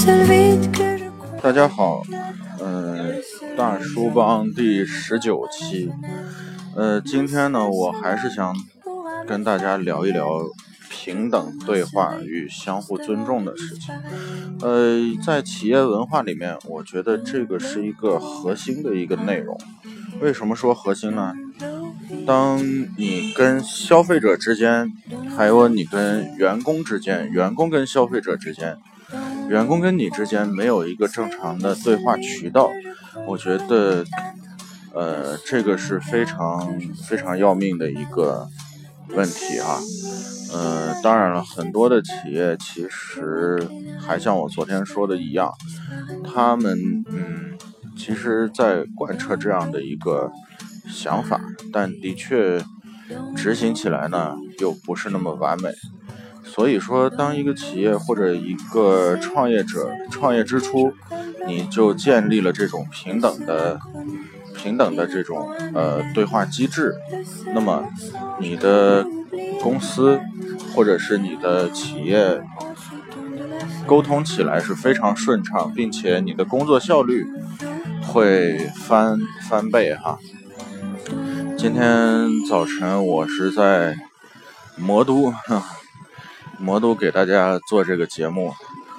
大家好，大叔帮第19期，今天呢，我还是想跟大家聊一聊平等对话与相互尊重的事情。在企业文化里面，我觉得这个是一个核心的一个内容。为什么说核心呢？当你跟消费者之间，还有你跟员工之间，员工跟消费者之间，员工跟你之间没有一个正常的对话渠道，我觉得这个是非常非常要命的一个问题啊。当然了，很多的企业其实还像我昨天说的一样，他们其实在贯彻这样的一个想法，但的确执行起来呢又不是那么完美。所以说，当一个企业或者一个创业者创业之初，你就建立了这种平等的这种对话机制，那么你的公司或者是你的企业沟通起来是非常顺畅，并且你的工作效率会翻倍哈。今天早晨我是在魔都给大家做这个节目。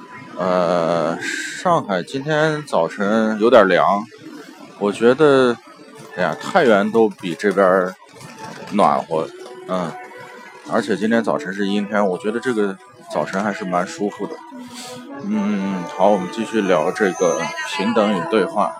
上海今天早晨有点凉，我觉得太原都比这边暖和，而且今天早晨是阴天，我觉得这个早晨还是蛮舒服的。好，我们继续聊这个平等与对话。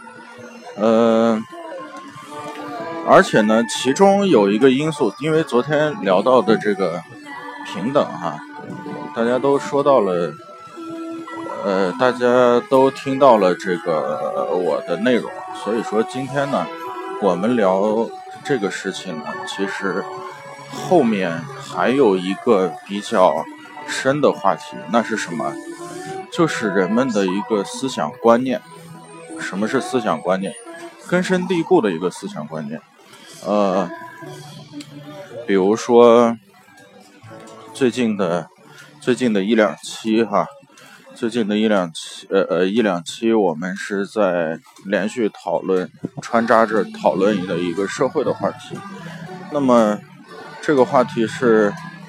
而且呢，其中有一个因素，因为昨天聊到的这个平等哈，大家都说到了，大家都听到了这个我的内容，所以说今天呢，我们聊这个事情呢，其实后面还有一个比较深的话题，那是什么？就是人们的一个思想观念。什么是思想观念？根深蒂固的一个思想观念。比如说最近的一两期哈，一两期我们是在连续讨论穿插着讨论的一个社会的话题。那么这个话题是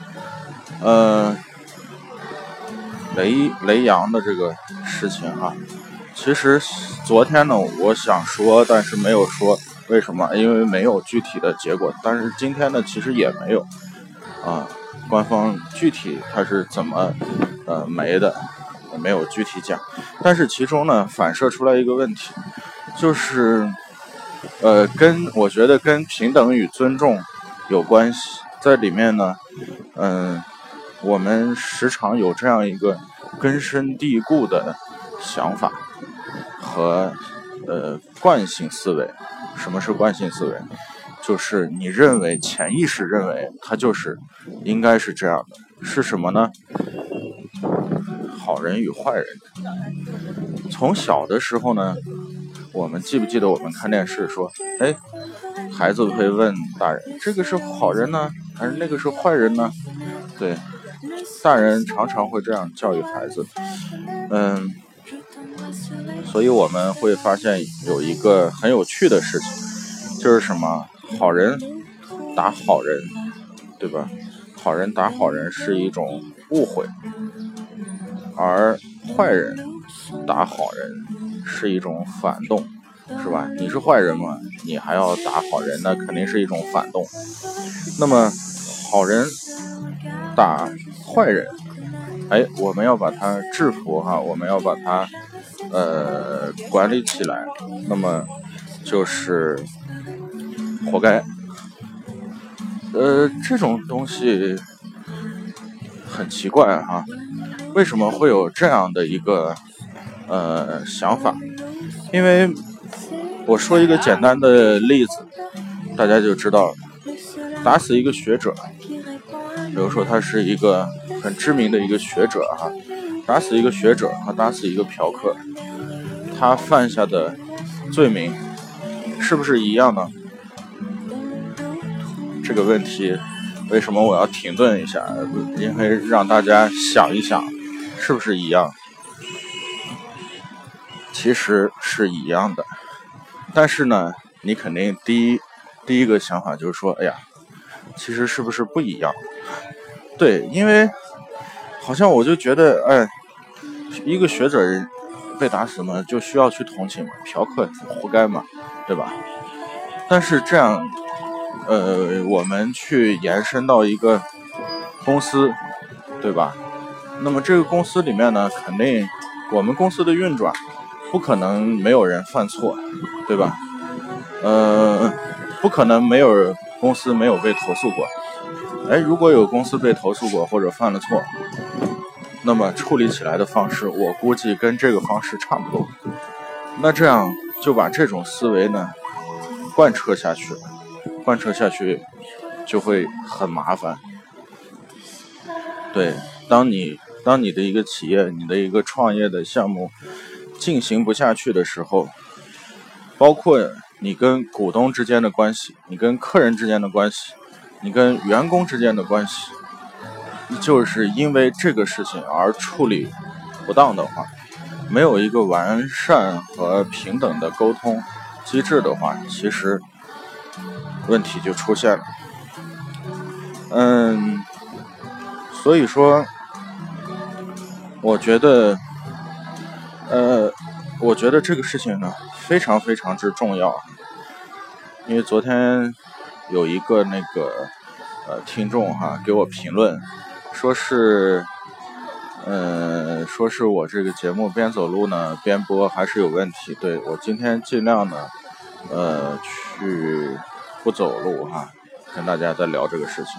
雷洋的这个事情哈。其实昨天呢我想说，但是没有说，为什么？因为没有具体的结果。但是今天呢其实也没有官方具体它是怎么没的，没有具体讲。但是其中呢反射出来一个问题，就是我觉得跟平等与尊重有关系。在里面呢我们时常有这样一个根深蒂固的想法和惯性思维。什么是惯性思维？就是你认为，潜意识认为它就是应该是这样的。是什么呢？好人与坏人。从小的时候呢，我们记不记得我们看电视说，孩子会问大人，这个是好人呢还是那个是坏人呢？对，大人常常会这样教育孩子。所以我们会发现有一个很有趣的事情，就是什么？好人打好人，对吧？好人打好人是一种误会，而坏人打好人是一种反动，是吧？你是坏人嘛，你还要打好人，那肯定是一种反动。那么好人打坏人，我们要把它制服哈，我们要把它管理起来，那么就是活该。这种东西很奇怪哈，为什么会有这样的一个想法？因为我说一个简单的例子，大家就知道了。打死一个学者，比如说他是一个很知名的一个学者哈，打死一个学者和打死一个嫖客，他犯下的罪名是不是一样呢？这个问题为什么我要停顿一下？因为让大家想一想，是不是一样？ 其实是一样的，但是呢，你肯定第一个想法就是说，哎呀，其实是不是不一样？对，因为好像我就觉得，哎，一个学者被打死呢，就需要去同情嘛，嫖客活该嘛，对吧？但是这样，我们去延伸到一个公司，对吧？那么这个公司里面呢，肯定我们公司的运转不可能没有人犯错，对吧？不可能没有公司没有被投诉过。哎，如果有公司被投诉过或者犯了错，那么处理起来的方式，我估计跟这个方式差不多。那这样就把这种思维呢贯彻下去就会很麻烦。对，当你的一个企业，你的一个创业的项目进行不下去的时候，包括你跟股东之间的关系，你跟客人之间的关系，你跟员工之间的关系，就是因为这个事情而处理不当的话，没有一个完善和平等的沟通机制的话，其实问题就出现了。所以说我觉得这个事情呢非常非常之重要。因为昨天有一个听众给我评论，说是我这个节目边走路呢边播还是有问题。对，我今天尽量呢去不走路跟大家在聊这个事情。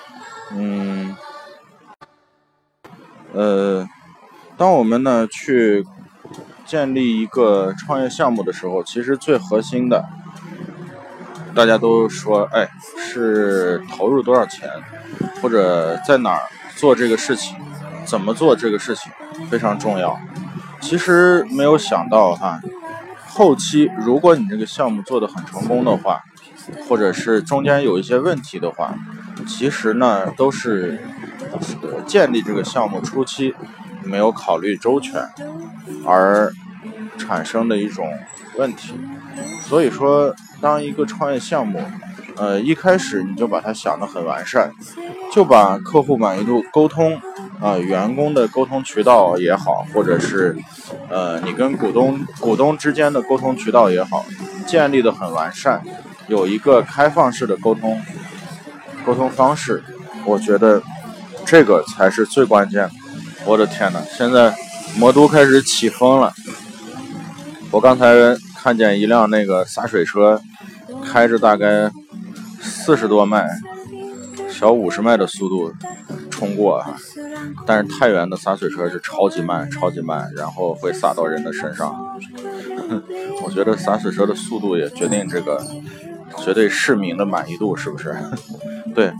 当我们呢去建立一个创业项目的时候，其实最核心的，大家都说，哎，是投入多少钱，或者在哪儿做这个事情，怎么做这个事情非常重要。其实没有想到后期如果你这个项目做得很成功的话，或者是中间有一些问题的话，其实呢都是建立这个项目初期没有考虑周全而产生的一种问题。所以说当一个创业项目一开始你就把它想得很完善，就把客户满意度沟通员工的沟通渠道也好，或者是你跟股东之间的沟通渠道也好，建立得很完善，有一个开放式的沟通方式，我觉得这个才是最关键的。我的天哪，现在魔都开始起风了。我刚才看见一辆那个洒水车开着大概40多迈小50迈的速度冲过但是太原的洒水车是超级慢，然后会洒到人的身上。我觉得洒水车的速度也决定这个绝对市民的满意度，是不是？对，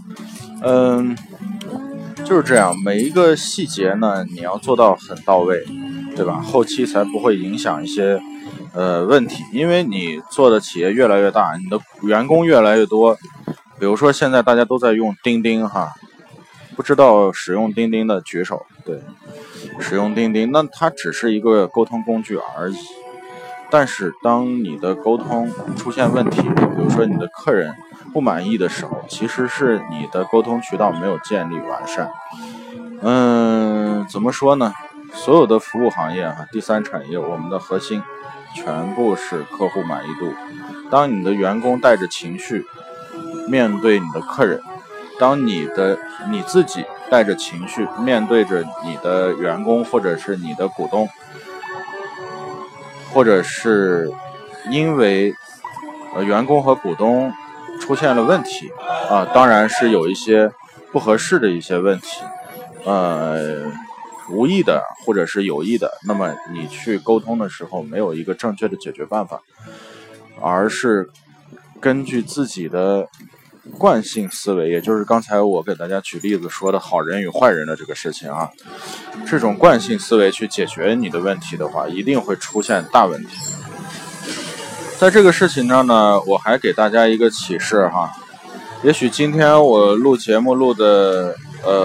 就是这样，每一个细节呢你要做到很到位，对吧？后期才不会影响一些问题。因为你做的企业越来越大，你的员工越来越多，比如说现在大家都在用钉钉不知道使用钉钉的举手。对，使用钉钉，那它只是一个沟通工具而已。但是当你的沟通出现问题，比如说你的客人不满意的时候，其实是你的沟通渠道没有建立完善。怎么说呢？所有的服务行业第三产业，我们的核心全部是客户满意度。当你的员工带着情绪面对你的客人，当你自己带着情绪面对着你的员工或者是你的股东，或者是因为员工和股东出现了问题当然是有一些不合适的一些问题，无意的或者是有意的，那么你去沟通的时候没有一个正确的解决办法，而是根据自己的惯性思维，也就是刚才我给大家举例子说的好人与坏人的这个事情这种惯性思维去解决你的问题的话，一定会出现大问题。在这个事情上呢，我还给大家一个启示也许今天我录节目录的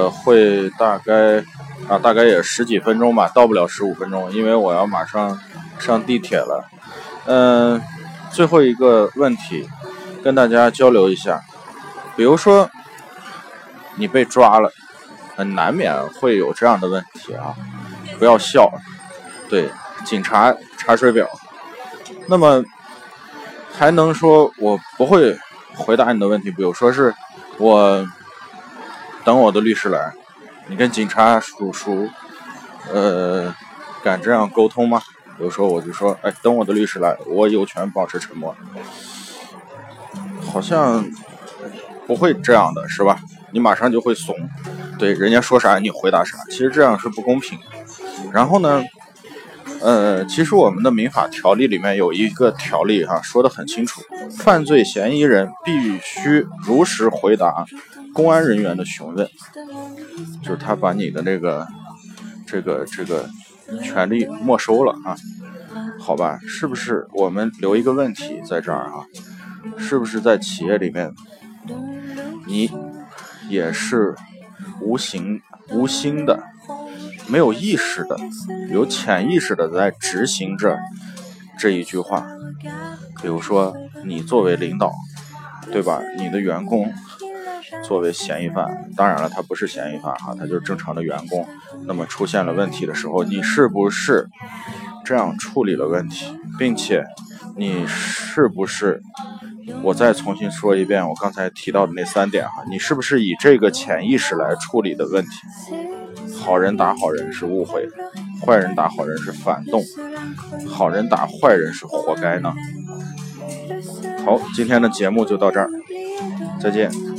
会大概也10几分钟吧，到不了15分钟，因为我要马上上地铁了。最后一个问题跟大家交流一下，比如说你被抓了，难免会有这样的问题啊，不要笑，对，警察查水表，那么还能说我不会回答你的问题，比如说是我等我的律师来，你跟警察叔叔敢这样沟通吗？比如说我就说，等我的律师来，我有权保持沉默，好像不会这样的是吧？你马上就会怂，对，人家说啥你回答啥，其实这样是不公平的。然后呢其实我们的民法条例里面有一个条例说得很清楚，犯罪嫌疑人必须如实回答公安人员的询问，就是他把你的这个权利没收了啊，好吧？是不是我们留一个问题在这儿啊？是不是在企业里面，你也是无心的，没有意识的，有潜意识的在执行着这一句话？比如说你作为领导，对吧？你的员工作为嫌疑犯，当然了，他不是嫌疑犯他就是正常的员工。那么出现了问题的时候，你是不是这样处理了问题，并且你是不是，我再重新说一遍我刚才提到的那3点你是不是以这个潜意识来处理的问题？好人打好人是误会，坏人打好人是反动，好人打坏人是活该呢？好，今天的节目就到这儿，再见。